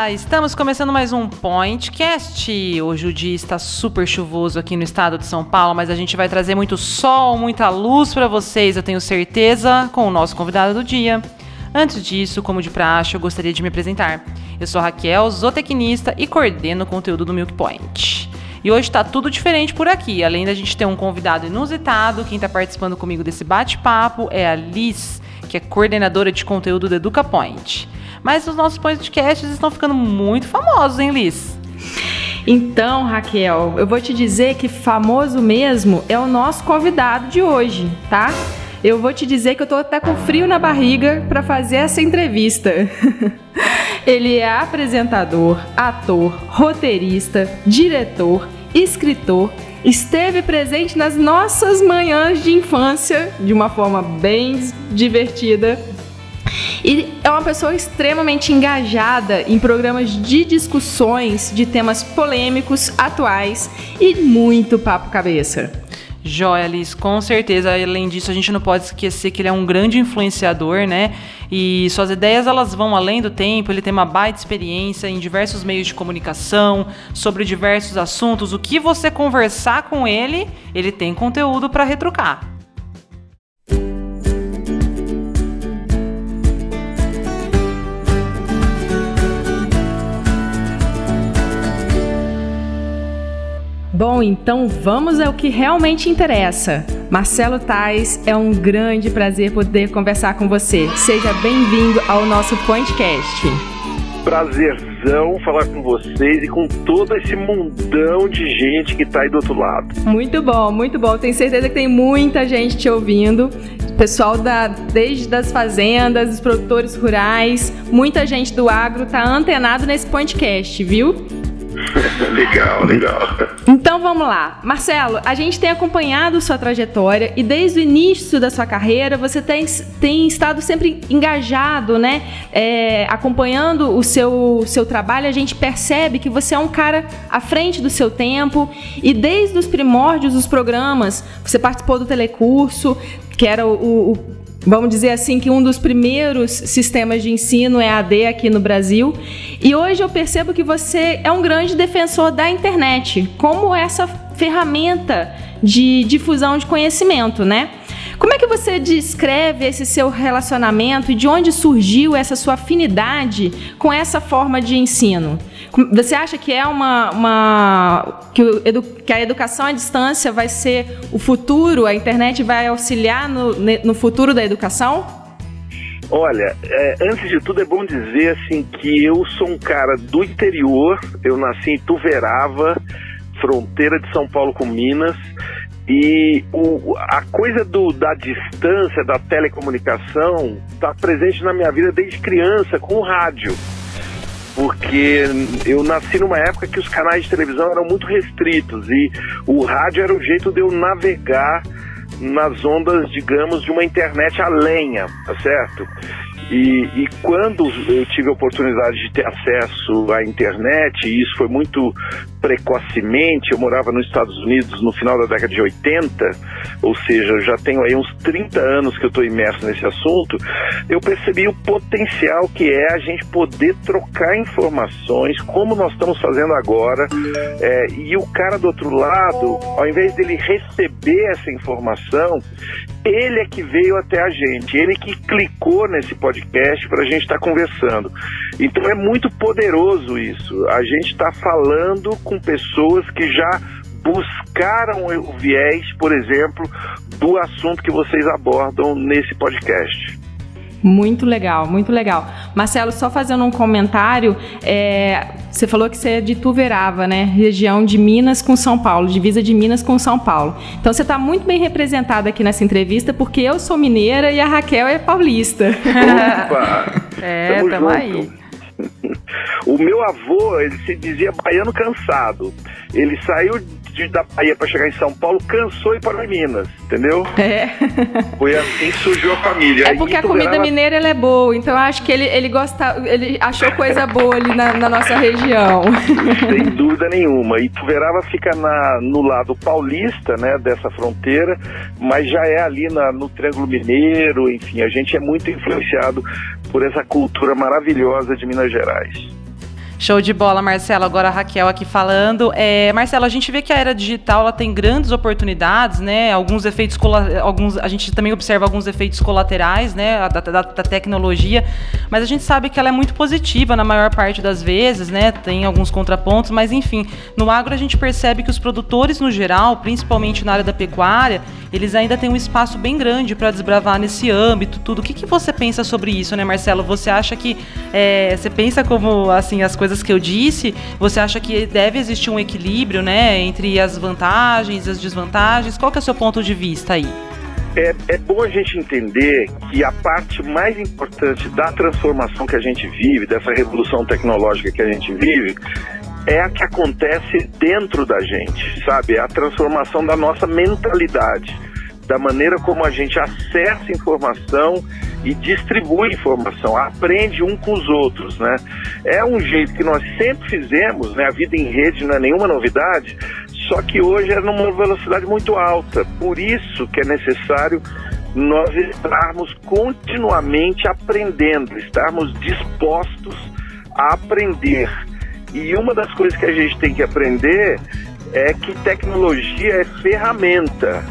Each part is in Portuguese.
Olá, estamos começando mais um Pointcast. Hoje o dia está super chuvoso aqui no estado de São Paulo, mas a gente vai trazer muito sol, muita luz para vocês, eu tenho certeza, com o nosso convidado do dia. Antes disso, como de praxe, eu gostaria de me apresentar. Eu sou a Raquel, zootecnista e coordeno o conteúdo do Milk Point. E hoje está tudo diferente por aqui. Além da gente ter um convidado inusitado, quem está participando comigo desse bate-papo é a Liz, que é coordenadora de conteúdo do Educa Point. Mas os nossos podcasts estão ficando muito famosos, hein, Liz? Então, Raquel, eu vou te dizer que famoso mesmo é o nosso convidado de hoje, tá? Eu vou te dizer que eu tô até com frio na barriga para fazer essa entrevista. Ele é apresentador, ator, roteirista, diretor, escritor, esteve presente nas nossas manhãs de infância de uma forma bem divertida e é uma pessoa extremamente engajada em programas de discussões de temas polêmicos, atuais e muito papo cabeça. Joia, Liz, com certeza. Além disso, a gente não pode esquecer que ele é um grande influenciador, né? E suas ideias, elas vão além do tempo. Ele tem uma baita experiência em diversos meios de comunicação, sobre diversos assuntos. O que você conversar com ele, ele tem conteúdo para retrucar. Bom, então vamos ao que realmente interessa. Marcelo Tais, é um grande prazer poder conversar com você. Seja bem-vindo ao nosso Pointcast. Prazerzão falar com vocês e com todo esse mundão de gente que tá aí do outro lado. Muito bom, muito bom. Tenho certeza que tem muita gente te ouvindo. Pessoal desde as fazendas, dos produtores rurais, muita gente do agro tá antenado nesse Pointcast, viu? Legal. Então vamos lá. Marcelo, a gente tem acompanhado sua trajetória e desde o início da sua carreira você tem estado sempre engajado, né? Acompanhando o seu trabalho, a gente percebe que você é um cara à frente do seu tempo e desde os primórdios dos programas, você participou do Telecurso, que era vamos dizer assim, que um dos primeiros sistemas de ensino EAD aqui no Brasil. E hoje eu percebo que você é um grande defensor da internet, como essa ferramenta de difusão de conhecimento, né? Como é que você descreve esse seu relacionamento e de onde surgiu essa sua afinidade com essa forma de ensino? Você acha que é que a educação à distância vai ser o futuro, a internet vai auxiliar no futuro da educação? Olha, antes de tudo é bom dizer assim, que eu sou um cara do interior, eu nasci em Ituverava, fronteira de São Paulo com Minas, e a coisa da distância, da telecomunicação, está presente na minha vida desde criança, com o rádio. Porque eu nasci numa época que os canais de televisão eram muito restritos e o rádio era o jeito de eu navegar nas ondas, digamos, de uma internet a lenha, tá certo? E quando eu tive a oportunidade de ter acesso à internet, e isso foi muito precocemente, eu morava nos Estados Unidos no final da década de 80, ou seja, eu já tenho aí uns 30 anos que eu estou imerso nesse assunto, eu percebi o potencial que é a gente poder trocar informações, como nós estamos fazendo agora, e o cara do outro lado, ao invés dele receber essa informação, ele é que veio até a gente, ele que clicou nesse podcast para a gente estar conversando. Então é muito poderoso isso. A gente está falando com pessoas que já buscaram o viés, por exemplo, do assunto que vocês abordam nesse podcast. Muito legal, muito legal. Marcelo, só fazendo um comentário, você falou que você é de Ituverava, né? Região de Minas com São Paulo, divisa de Minas com São Paulo. Então você está muito bem representada aqui nessa entrevista, porque eu sou mineira e a Raquel é paulista. Opa! Tamo aí. O meu avô, ele se dizia baiano cansado. Ele saiu da Bahia para chegar em São Paulo, cansou e parou em Minas, entendeu? Foi assim que surgiu a família. É porque a comida mineira ela é boa, então eu acho que ele achou coisa boa ali na nossa região. Sem dúvida nenhuma. E Ituverava fica no lado paulista, né, dessa fronteira, mas já é ali no Triângulo Mineiro, enfim, a gente é muito influenciado por essa cultura maravilhosa de Minas Gerais. Show de bola, Marcelo. Agora a Raquel aqui falando. Marcelo, a gente vê que a era digital ela tem grandes oportunidades, né? Alguns efeitos, a gente também observa alguns efeitos colaterais, né? Da tecnologia, mas a gente sabe que ela é muito positiva na maior parte das vezes, né? Tem alguns contrapontos, mas enfim, no agro a gente percebe que os produtores no geral, principalmente na área da pecuária, eles ainda têm um espaço bem grande para desbravar nesse âmbito, tudo. O que você pensa sobre isso, né, Marcelo? Você acha que, você pensa como, assim, as coisas que eu disse, você acha que deve existir um equilíbrio, né, entre as vantagens e as desvantagens? Qual que é o seu ponto de vista aí? É bom a gente entender que a parte mais importante da transformação que a gente vive, dessa revolução tecnológica que a gente vive, é a que acontece dentro da gente, sabe? É a transformação da nossa mentalidade, da maneira como a gente acessa informação e distribui informação, aprende um com os outros, né? É um jeito que nós sempre fizemos, né? A vida em rede não é nenhuma novidade, só que hoje é numa velocidade muito alta. Por isso que é necessário nós estarmos continuamente aprendendo, estarmos dispostos a aprender. E uma das coisas que a gente tem que aprender é que tecnologia é ferramenta.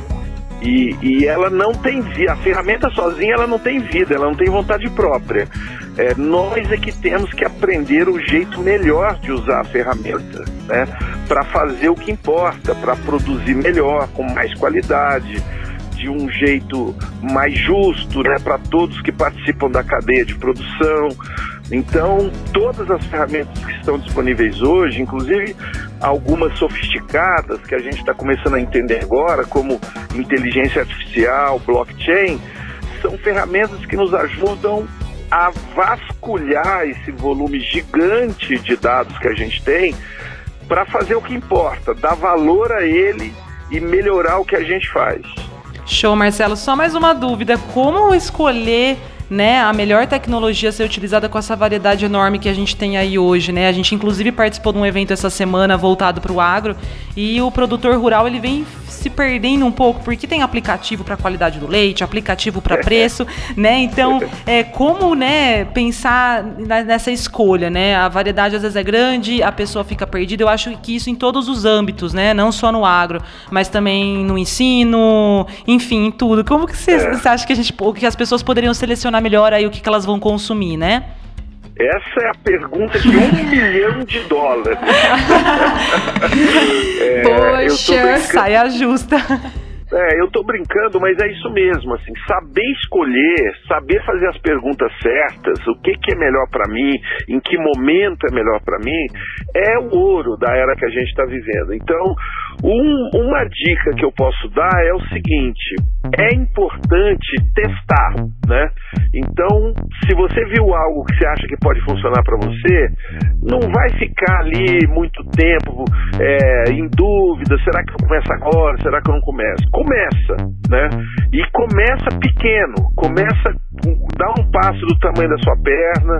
E ela não tem vida, a ferramenta sozinha ela não tem vida, ela não tem vontade própria. Nós é que temos que aprender o jeito melhor de usar a ferramenta, né? Para fazer o que importa, para produzir melhor, com mais qualidade, de um jeito mais justo, né? Para todos que participam da cadeia de produção. Então, todas as ferramentas que estão disponíveis hoje, inclusive algumas sofisticadas que a gente está começando a entender agora, como inteligência artificial, blockchain, são ferramentas que nos ajudam a vasculhar esse volume gigante de dados que a gente tem para fazer o que importa, dar valor a ele e melhorar o que a gente faz. Show, Marcelo. Só mais uma dúvida. Como escolher, né, a melhor tecnologia a ser utilizada com essa variedade enorme que a gente tem aí hoje, né? A gente, inclusive, participou de um evento essa semana voltado para o agro e o produtor rural, ele vem se perdendo um pouco, porque tem aplicativo para qualidade do leite, aplicativo para preço, né? Então, como, né, pensar nessa escolha, né? A variedade às vezes é grande, a pessoa fica perdida. Eu acho que isso em todos os âmbitos, né? Não só no agro, mas também no ensino, enfim, em tudo. Como que você acha que as pessoas poderiam selecionar melhor aí o que elas vão consumir, né? Essa é a pergunta de $1 milhão. Poxa, saia justa. Eu tô brincando, mas é isso mesmo, assim, saber escolher, saber fazer as perguntas certas, o que é melhor para mim, em que momento é melhor para mim, é o ouro da era que a gente está vivendo. Então, uma dica que eu posso dar é o seguinte: é importante testar, né? Então, se você viu algo que você acha que pode funcionar para você, não vai ficar ali muito tempo em dúvida, será que eu começo agora, será que eu não começo? Começa, né? E começa pequeno, dá um passo do tamanho da sua perna,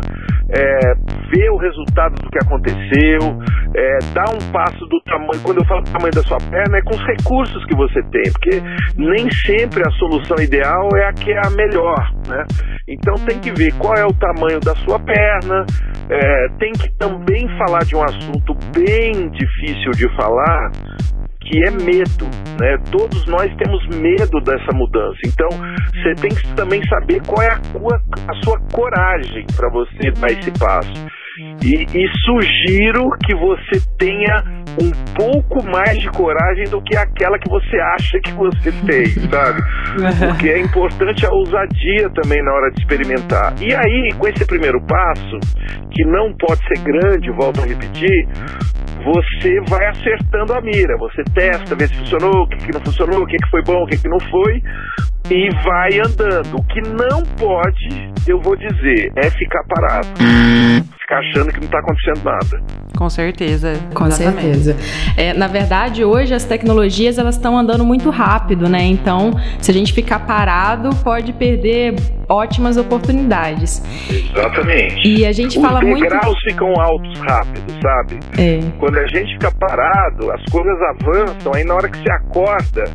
vê o resultado do que aconteceu, dá um passo do tamanho, quando eu falo do tamanho da sua perna, é com os recursos que você tem, porque nem sempre a solução ideal é a que é a melhor, né? Então tem que ver qual é o tamanho da sua perna, tem que também falar de um assunto bem difícil de falar, que é medo, né? Todos nós temos medo dessa mudança. Então, você tem que também saber qual é a sua coragem para você dar esse passo. E sugiro que você tenha um pouco mais de coragem do que aquela que você acha que você tem, sabe? Porque é importante a ousadia também na hora de experimentar. E aí, com esse primeiro passo, que não pode ser grande, volto a repetir, você vai acertando a mira, você testa, vê se funcionou, o que não funcionou, o que foi bom, o que não foi, e vai andando. O que não pode, eu vou dizer, é ficar parado, ficar achando que não está acontecendo nada. Com certeza. Com certeza. Na verdade, hoje as tecnologias elas estão andando muito rápido, né? Então, se a gente ficar parado, pode perder ótimas oportunidades. Exatamente. E a gente fala muito... Os degraus ficam altos rápido, sabe? Quando a gente fica parado, as coisas avançam, aí na hora que você acorda,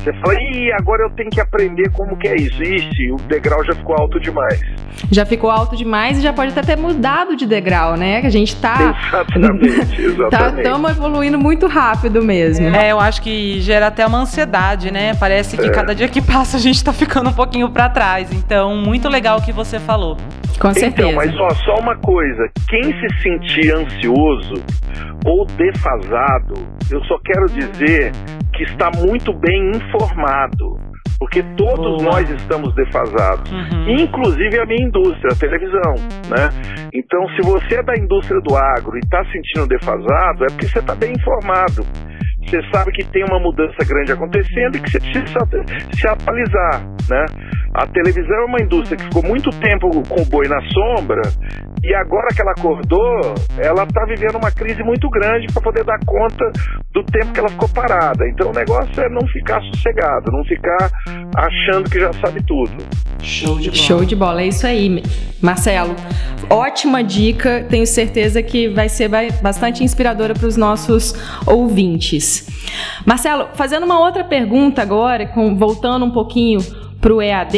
Você fala, agora eu tenho que aprender como que é isso. Ixi, o degrau já ficou alto demais. Já ficou alto demais e já pode até ter mudado de degrau, né? Que a gente tá... Exatamente. Estamos evoluindo muito rápido mesmo. Eu acho que gera até uma ansiedade, né? Parece que cada dia que passa a gente tá ficando um pouquinho pra trás. Então, muito legal o que você falou. Com certeza. Então, mas só uma coisa. Quem se sentir ansioso ou defasado, eu só quero dizer que está muito bem informado. Porque todos nós estamos defasados, inclusive a minha indústria, a televisão, né? Então, se você é da indústria do agro e está sentindo defasado, é porque você está bem informado. Você sabe que tem uma mudança grande acontecendo e que você precisa se atualizar, né? A televisão é uma indústria que ficou muito tempo com o boi na sombra e agora que ela acordou, ela está vivendo uma crise muito grande para poder dar conta do tempo que ela ficou parada. Então o negócio é não ficar sossegado, não ficar achando que já sabe tudo. Show de bola, é isso aí, Marcelo. Ótima dica, tenho certeza que vai ser bastante inspiradora para os nossos ouvintes. Marcelo, fazendo uma outra pergunta agora, voltando um pouquinho para o EAD,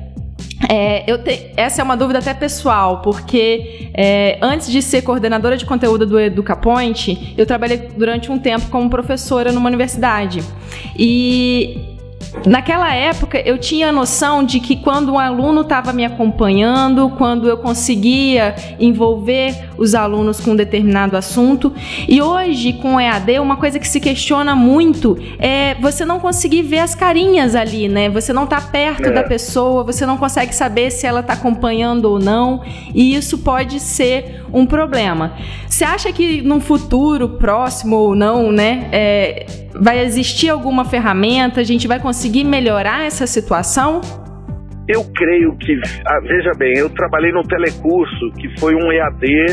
essa é uma dúvida até pessoal, porque antes de ser coordenadora de conteúdo do EducaPoint, eu trabalhei durante um tempo como professora numa universidade. E naquela época eu tinha a noção de que quando um aluno estava me acompanhando, quando eu conseguia envolver os alunos com um determinado assunto, e hoje com o EAD uma coisa que se questiona muito é você não conseguir ver as carinhas ali, né? Você não está perto da pessoa, você não consegue saber se ela está acompanhando ou não, e isso pode ser um problema. Você acha que num futuro próximo ou não, né, vai existir alguma ferramenta, a gente vai conseguir melhorar essa situação? Eu creio que, veja bem, eu trabalhei no telecurso, que foi um EAD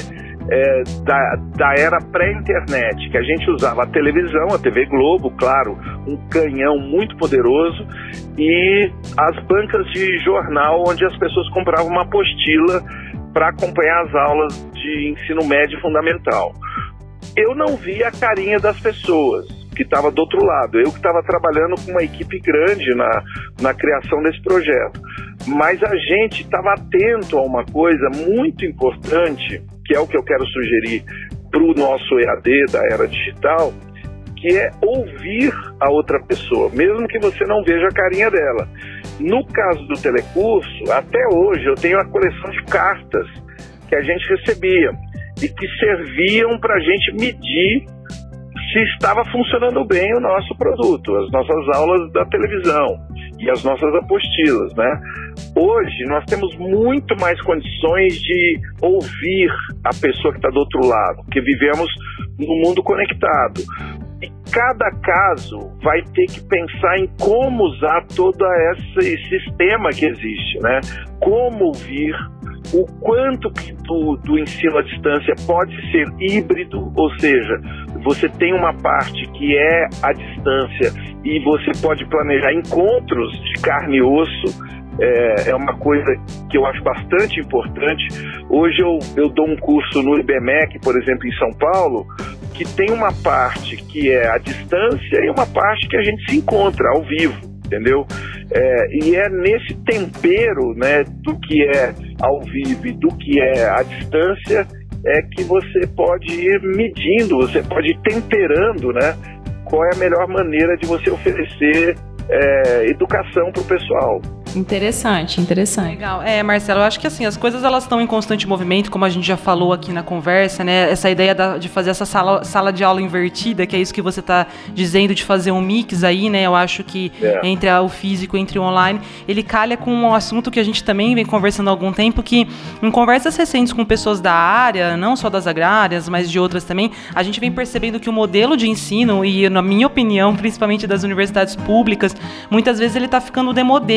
da era pré-internet, que a gente usava a televisão, a TV Globo, claro, um canhão muito poderoso, e as bancas de jornal, onde as pessoas compravam uma apostila para acompanhar as aulas de ensino médio fundamental. Eu não via a carinha das pessoas que estava do outro lado. Eu que estava trabalhando com uma equipe grande na criação desse projeto. Mas a gente estava atento a uma coisa muito importante, que é o que eu quero sugerir para o nosso EAD da era digital, que é ouvir a outra pessoa, mesmo que você não veja a carinha dela. No caso do telecurso, até hoje eu tenho a coleção de cartas que a gente recebia e que serviam para a gente medir se estava funcionando bem o nosso produto, as nossas aulas da televisão e as nossas apostilas, né? Hoje nós temos muito mais condições de ouvir a pessoa que está do outro lado, porque vivemos num mundo conectado. E cada caso vai ter que pensar em como usar todo esse sistema que existe, né? Como ouvir, o quanto que do ensino à distância pode ser híbrido, ou seja, você tem uma parte que é à distância e você pode planejar encontros de carne e osso. É uma coisa que eu acho bastante importante. Hoje eu dou um curso no IBMEC, por exemplo, em São Paulo, que tem uma parte que é à distância e uma parte que a gente se encontra ao vivo, entendeu? E é nesse tempero, né, do que é ao vivo e do que é à distância que você pode ir medindo, você pode ir temperando, né, qual é a melhor maneira de você oferecer educação para o pessoal. Interessante. Legal. Marcelo, eu acho que assim, as coisas elas estão em constante movimento, como a gente já falou aqui na conversa, né? Essa ideia de fazer essa sala de aula invertida, que é isso que você está dizendo, de fazer um mix aí, né? Eu acho que entre o físico, entre o online, ele calha com um assunto que a gente também vem conversando há algum tempo, que em conversas recentes com pessoas da área, não só das agrárias, mas de outras também, a gente vem percebendo que o modelo de ensino, e na minha opinião, principalmente das universidades públicas, muitas vezes ele está ficando démodé. Esse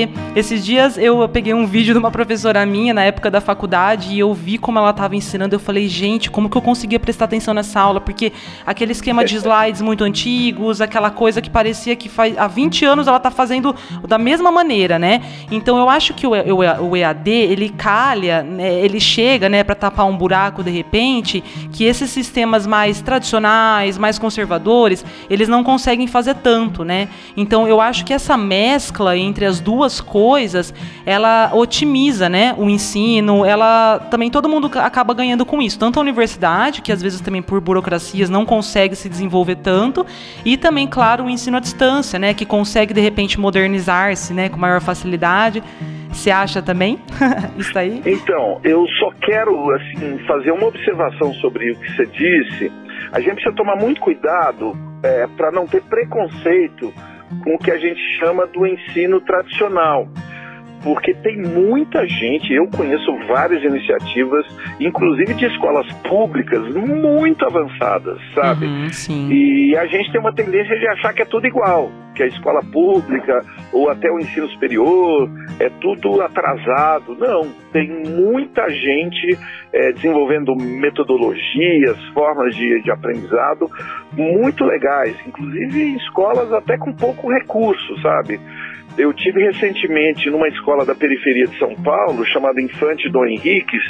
Esses dias eu peguei um vídeo de uma professora minha na época da faculdade e eu vi como ela estava ensinando. Eu falei, gente, como que eu conseguia prestar atenção nessa aula? Porque aquele esquema de slides muito antigos, aquela coisa que parecia que há 20 anos ela está fazendo da mesma maneira, né? Então eu acho que o EAD, ele calha, né, ele chega, né, para tapar um buraco de repente, que esses sistemas mais tradicionais, mais conservadores, eles não conseguem fazer tanto, né? Então eu acho que essa mescla entre as duas coisas, ela otimiza, né, o ensino, também todo mundo acaba ganhando com isso, tanto a universidade, que às vezes também por burocracias não consegue se desenvolver tanto, e também, claro, o ensino à distância, né, que consegue de repente modernizar-se, né, com maior facilidade. Você acha também isso aí? Então, eu só quero assim, fazer uma observação sobre o que você disse. A gente precisa tomar muito cuidado para não ter preconceito com o que a gente chama do ensino tradicional. Porque tem muita gente, eu conheço várias iniciativas, inclusive de escolas públicas muito avançadas, sabe? Sim. E a gente tem uma tendência de achar que é tudo igual, que a escola pública ou até o ensino superior é tudo atrasado. Não, tem muita gente desenvolvendo metodologias, formas de aprendizado muito legais, inclusive em escolas até com pouco recurso, sabe? Eu tive recentemente numa escola da periferia de São Paulo, chamada Infante Dom Henriques,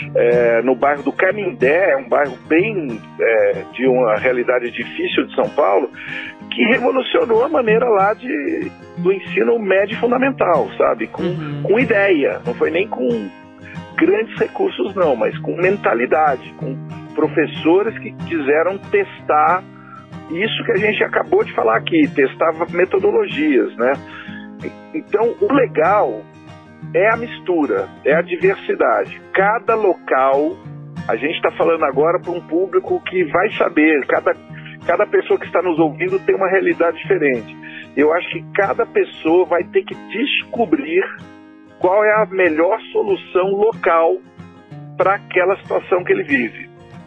no bairro do Canindé, um bairro bem de uma realidade difícil de São Paulo, que revolucionou a maneira lá do ensino médio fundamental, sabe? Com ideia, não foi nem com grandes recursos não, mas com mentalidade, com professores que quiseram testar isso que a gente acabou de falar aqui, testar metodologias, né? Então, o legal é a mistura, é a diversidade. Cada local, a gente está falando agora para um público que vai saber, cada pessoa que está nos ouvindo tem uma realidade diferente. Eu acho que cada pessoa vai ter que descobrir qual é a melhor solução local para aquela situação que ele vive.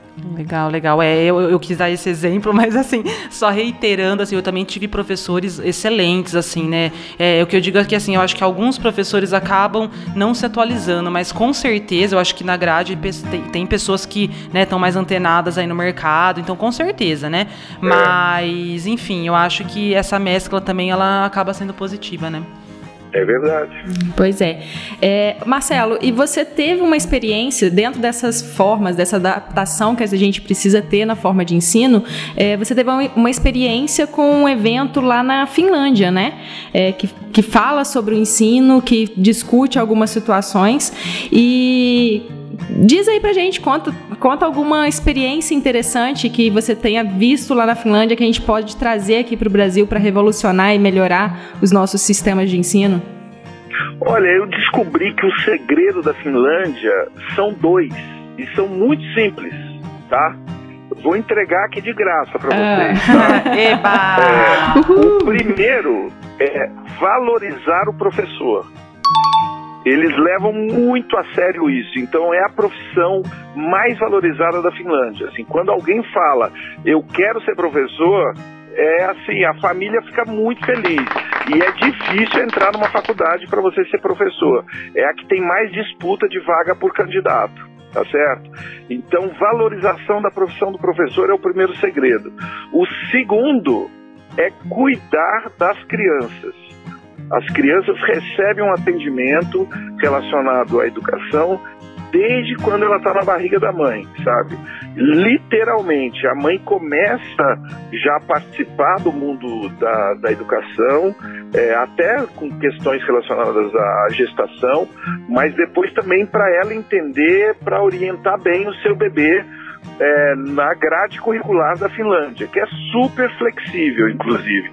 Legal. Eu quis dar esse exemplo, mas assim, só reiterando, assim, eu também tive professores excelentes, assim, né? O que eu digo é que, assim, eu acho que alguns professores acabam não se atualizando, mas com certeza, eu acho que na grade tem pessoas que, né, estão mais antenadas aí no mercado, então com certeza, né? Mas, enfim, eu acho que essa mescla também, ela acaba sendo positiva, né? É verdade. Pois é. Marcelo, e você teve uma experiência dentro dessas formas, dessa adaptação que a gente precisa ter na forma de ensino, você teve uma experiência com um evento lá na Finlândia, né? Que fala sobre o ensino, que discute algumas situações e... Diz aí pra gente, conta alguma experiência interessante que você tenha visto lá na Finlândia que a gente pode trazer aqui pro Brasil para revolucionar e melhorar os nossos sistemas de ensino. Olha, eu descobri que o segredo da Finlândia são 2 e são muito simples, tá? Vou entregar aqui de graça para vocês, tá? Eba! O primeiro é valorizar o professor. Eles levam muito a sério isso, então é a profissão mais valorizada da Finlândia. Assim, quando alguém fala, eu quero ser professor, assim, a família fica muito feliz. E é difícil entrar numa faculdade para você ser professor. É a que tem mais disputa de vaga por candidato, tá certo? Então, valorização da profissão do professor é o primeiro segredo. O segundo é cuidar das crianças. As crianças recebem um atendimento relacionado à educação desde quando ela está na barriga da mãe, sabe? Literalmente, a mãe começa já a participar do mundo da educação, até com questões relacionadas à gestação, mas depois também para ela entender, para orientar bem o seu bebê na grade curricular da Finlândia, que é super flexível, inclusive.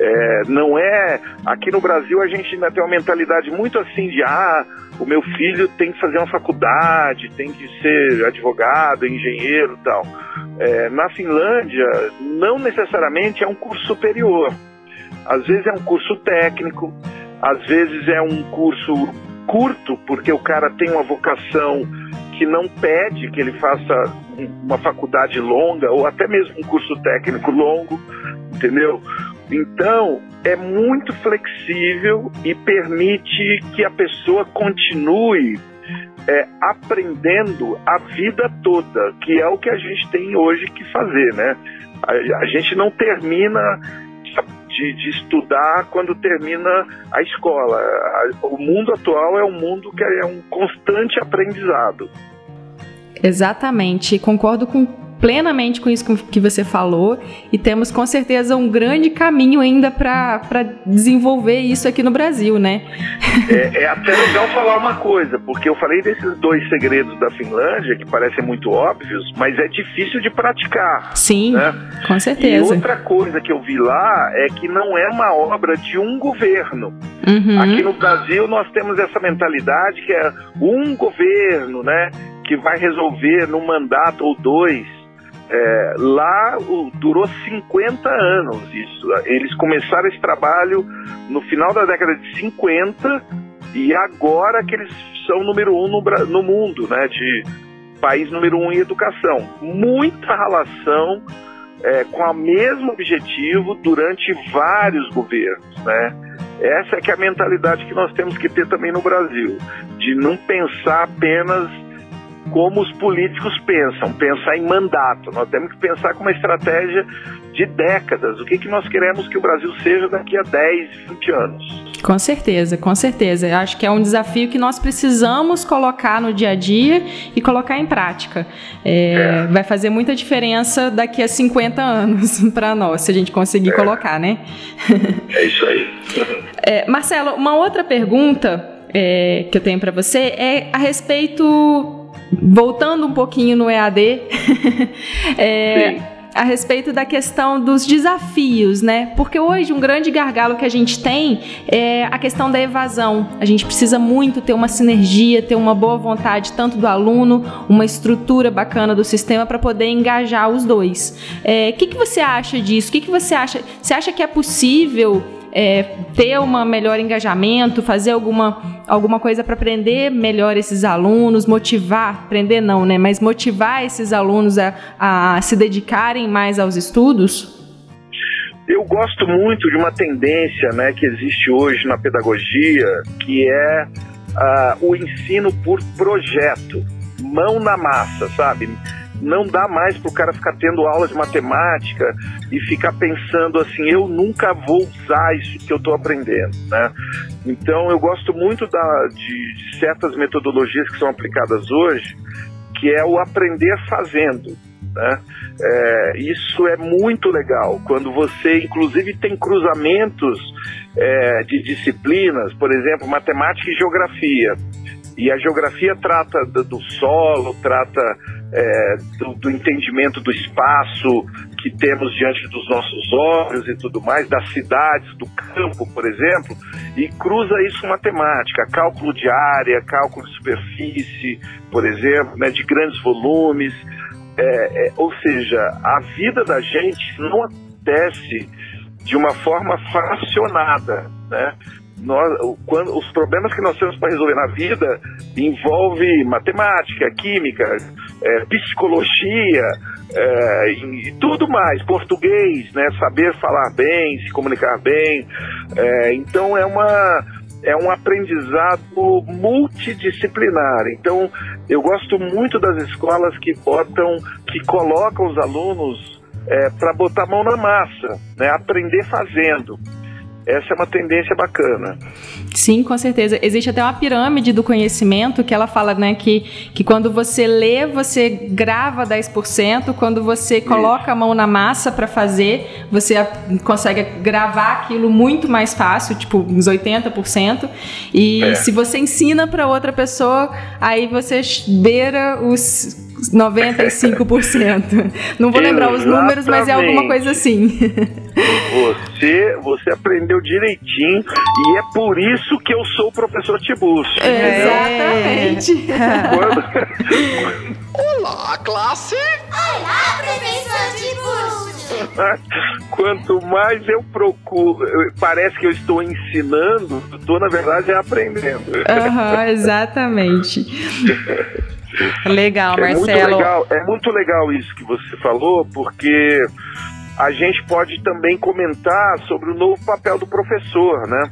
Não é... Aqui no Brasil a gente ainda tem uma mentalidade muito assim de o meu filho tem que fazer uma faculdade, tem que ser advogado, engenheiro e tal. Na Finlândia, não necessariamente é um curso superior. Às vezes é um curso técnico, às vezes é um curso curto, porque o cara tem uma vocação que não pede que ele faça uma faculdade longa ou até mesmo um curso técnico longo, entendeu? Então, é muito flexível e permite que a pessoa continue aprendendo a vida toda, que é o que a gente tem hoje que fazer, né? A gente não termina de estudar quando termina a escola. O mundo atual é um mundo que é um constante aprendizado. Exatamente, concordo plenamente com isso que você falou, e temos com certeza um grande caminho ainda para desenvolver isso aqui no Brasil, né? É até legal falar uma coisa, porque eu falei desses 2 segredos da Finlândia, que parecem muito óbvios, mas é difícil de praticar. Sim, né? Com certeza. E outra coisa que eu vi lá é que não é uma obra de um governo. Uhum. Aqui no Brasil nós temos essa mentalidade que é um governo, né, que vai resolver num mandato ou 2. Lá durou 50 anos isso. Eles começaram esse trabalho no final da década de 50 e agora que eles são número 1 no mundo, né, de país número 1 em educação. Muita relação com o mesmo objetivo durante vários governos, né? Essa é que é a mentalidade que nós temos que ter também no Brasil, de não pensar apenas como os políticos pensar em mandato. Nós temos que pensar com uma estratégia de décadas. O que nós queremos que o Brasil seja daqui a 10, 20 anos. Com certeza, com certeza. Eu acho que é um desafio que nós precisamos colocar no dia a dia e colocar em prática. Vai fazer muita diferença daqui a 50 anos para nós, se a gente conseguir colocar, né? É isso aí. Marcelo, uma outra pergunta que eu tenho para você é a respeito... Voltando um pouquinho no EAD, a respeito da questão dos desafios, né? Porque hoje um grande gargalo que a gente tem é a questão da evasão. A gente precisa muito ter uma sinergia, ter uma boa vontade tanto do aluno, uma estrutura bacana do sistema para poder engajar os dois. O que você acha disso? O que você acha? Você acha que é possível ter um melhor engajamento, fazer alguma coisa para aprender melhor esses alunos, motivar, aprender não, né? Mas motivar esses alunos a se dedicarem mais aos estudos? Eu gosto muito de uma tendência, né, que existe hoje na pedagogia, que é o ensino por projeto, mão na massa, sabe? Não dá mais para o cara ficar tendo aula de matemática e ficar pensando assim, eu nunca vou usar isso que eu estou aprendendo, né? Então eu gosto muito de certas metodologias que são aplicadas hoje, que é o aprender fazendo, né? Isso é muito legal, quando você inclusive tem cruzamentos de disciplinas, por exemplo, matemática e geografia. E a geografia trata do solo, trata do entendimento do espaço que temos diante dos nossos olhos e tudo mais, das cidades, do campo, por exemplo, e cruza isso com matemática, cálculo de área, cálculo de superfície, por exemplo, né, de grandes volumes. Ou seja, a vida da gente não acontece de uma forma fracionada, né? Os problemas que nós temos para resolver na vida envolve matemática, química, psicologia e tudo mais, português, né? Saber falar bem, se comunicar bem. Então é um aprendizado multidisciplinar. Então eu gosto muito das escolas que colocam os alunos para botar a mão na massa, né? Aprender fazendo. Essa é uma tendência bacana. Sim, com certeza. Existe até uma pirâmide do conhecimento que ela fala, né, que quando você lê, você grava 10%, quando você coloca a mão na massa para fazer, você consegue gravar aquilo muito mais fácil, tipo uns 80%. E se você ensina para outra pessoa, aí você beira os 95%. Não vou lembrar os números, mas é alguma coisa assim. Você aprendeu direitinho e é por isso que eu sou o professor Tiburcio. Exatamente. Olá, classe! Olá, professor Tiburcio! Quanto mais eu procuro, parece que eu estou ensinando, estou na verdade aprendendo. Exatamente. Legal, Marcelo. É muito legal isso que você falou, porque a gente pode também comentar sobre o novo papel do professor, né?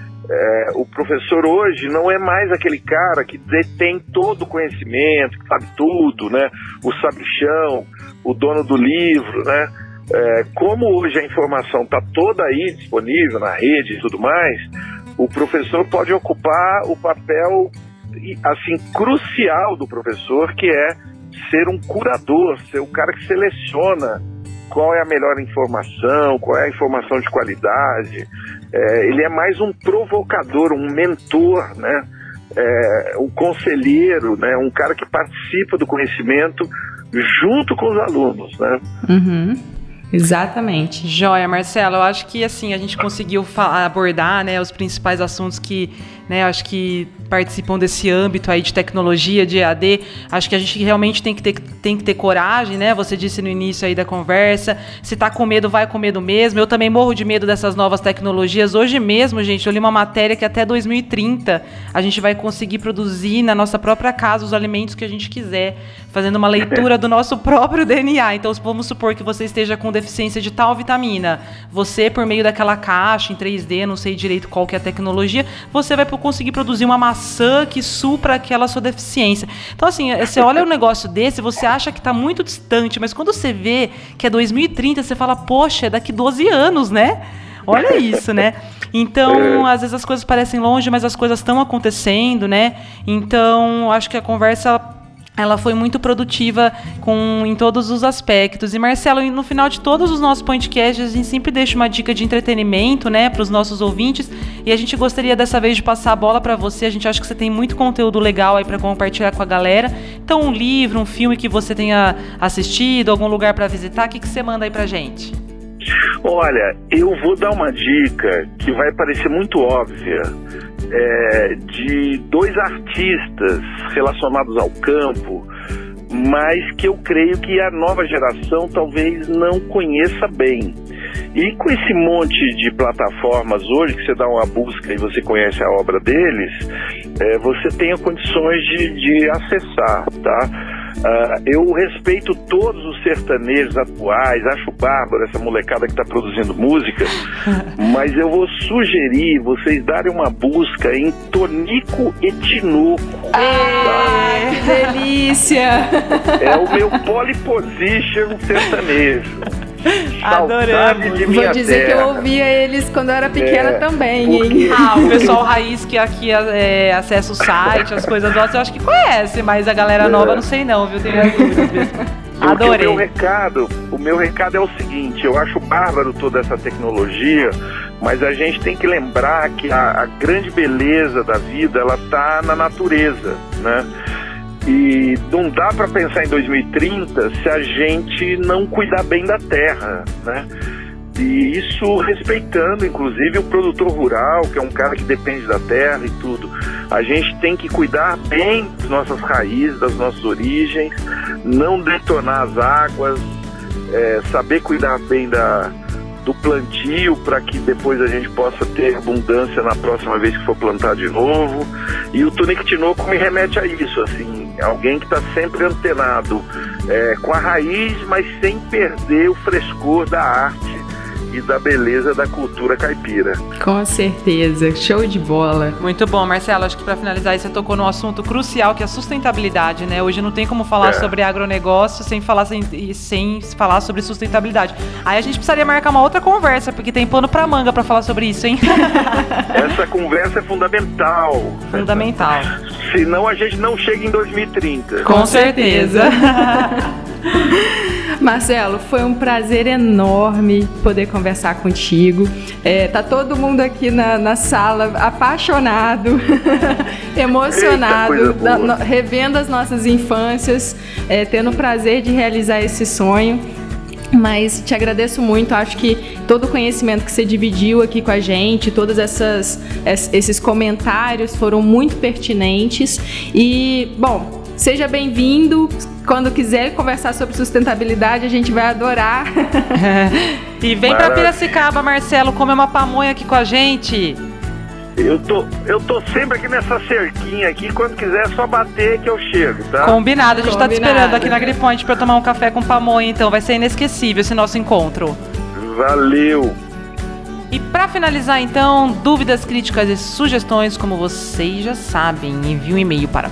O professor hoje não é mais aquele cara que detém todo o conhecimento, que sabe tudo, né? O sabichão, o dono do livro, né? Como hoje a informação está toda aí disponível na rede e tudo mais, o professor pode ocupar o papel assim, crucial do professor, que é ser um curador, ser o cara que seleciona qual é a melhor informação, qual é a informação de qualidade. Ele é mais um provocador, um mentor, né? Um conselheiro, né? Um cara que participa do conhecimento junto com os alunos, né? Uhum. Exatamente. Joia, Marcelo, eu acho que assim, a gente conseguiu abordar, né, os principais assuntos que, né, acho que participam desse âmbito aí de tecnologia, de EAD. Acho que a gente realmente tem que ter coragem, né? Você disse no início aí da conversa, se tá com medo, vai com medo mesmo. Eu também morro de medo dessas novas tecnologias. Hoje mesmo, gente, eu li uma matéria que até 2030 a gente vai conseguir produzir na nossa própria casa os alimentos que a gente quiser, fazendo uma leitura do nosso próprio DNA. Então, vamos supor que você esteja com deficiência de tal vitamina. Você, por meio daquela caixa em 3D, não sei direito qual que é a tecnologia, você vai conseguir produzir uma maçã que supra aquela sua deficiência. Então, assim, você olha um negócio desse, você acha que está muito distante, mas quando você vê que é 2030, você fala, poxa, é daqui 12 anos, né? Olha isso, né? Então, às vezes as coisas parecem longe, mas as coisas estão acontecendo, né? Então, acho que a conversa ela foi muito produtiva em todos os aspectos. E, Marcelo, no final de todos os nossos podcasts, a gente sempre deixa uma dica de entretenimento, né, para os nossos ouvintes. E a gente gostaria dessa vez de passar a bola para você. A gente acha que você tem muito conteúdo legal aí para compartilhar com a galera. Então, um livro, um filme que você tenha assistido, algum lugar para visitar, o que você manda aí pra gente? Olha, eu vou dar uma dica que vai parecer muito óbvia, de dois artistas relacionados ao campo, mas que eu creio que a nova geração talvez não conheça bem. E com esse monte de plataformas hoje, que você dá uma busca e você conhece a obra deles, você tem condições de acessar, tá? Eu respeito todos os sertanejos atuais, acho bárbaro essa molecada que está produzindo música, mas eu vou sugerir vocês darem uma busca em Tonico e Tinoco. Que delícia! É o meu polyposition sertanejo. Adoramos. Vou dizer terra. Que eu ouvia eles quando eu era pequena também, hein? O pessoal raiz que aqui acessa o site, as coisas nossas, eu acho que conhece, mas a galera nova não sei não, viu? Tenho as dúvidas mesmo. Adorei. O meu recado é o seguinte, eu acho bárbaro toda essa tecnologia, mas a gente tem que lembrar que a grande beleza da vida, ela tá na natureza, né? E não dá para pensar em 2030 se a gente não cuidar bem da terra, né? E isso respeitando, inclusive, o produtor rural, que é um cara que depende da terra e tudo. A gente tem que cuidar bem das nossas raízes, das nossas origens, não detonar as águas, saber cuidar bem do plantio para que depois a gente possa ter abundância na próxima vez que for plantar de novo. E o Tonico Tinoco me remete a isso, assim, alguém que está sempre antenado com a raiz, mas sem perder o frescor da arte e da beleza da cultura caipira. Com certeza, show de bola. Muito bom, Marcelo, acho que para finalizar, você tocou num assunto crucial que é a sustentabilidade, né? Hoje não tem como falar sobre agronegócio sem falar sobre sustentabilidade. Aí a gente precisaria marcar uma outra conversa, porque tem pano pra manga para falar sobre isso, hein? Essa conversa é fundamental. Fundamental. Senão a gente não chega em 2030. Com certeza. Marcelo, foi um prazer enorme poder conversar contigo. Tá todo mundo aqui na sala apaixonado, emocionado, revendo as nossas infâncias, tendo o prazer de realizar esse sonho. Mas te agradeço muito, acho que todo o conhecimento que você dividiu aqui com a gente, todos esses comentários foram muito pertinentes. E, bom, seja bem-vindo. Quando quiser conversar sobre sustentabilidade, a gente vai adorar. E vem pra Piracicaba, Marcelo, comer uma pamonha aqui com a gente. Eu tô sempre aqui nessa cerquinha aqui, quando quiser é só bater que eu chego, tá? Combinado, a gente tá te esperando aqui na Gripoint pra tomar um café com pamonha, então vai ser inesquecível esse nosso encontro. Valeu! E para finalizar, então, dúvidas, críticas e sugestões, como vocês já sabem, envie um e-mail para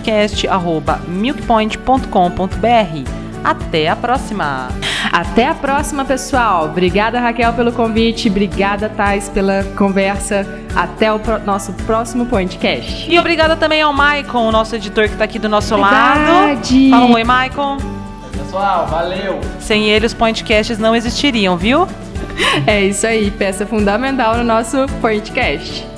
pointcast@milkpoint.com.br. Até a próxima! Até a próxima, pessoal. Obrigada, Raquel, pelo convite. Obrigada, Thais, pela conversa. Até o nosso próximo podcast. E obrigada também ao Maicon, o nosso editor que está aqui do nosso Verdade. lado. Fala um oi, Maicon. Oi, pessoal, valeu! Sem ele, os podcasts não existiriam, viu? É isso aí, peça fundamental no nosso podcast.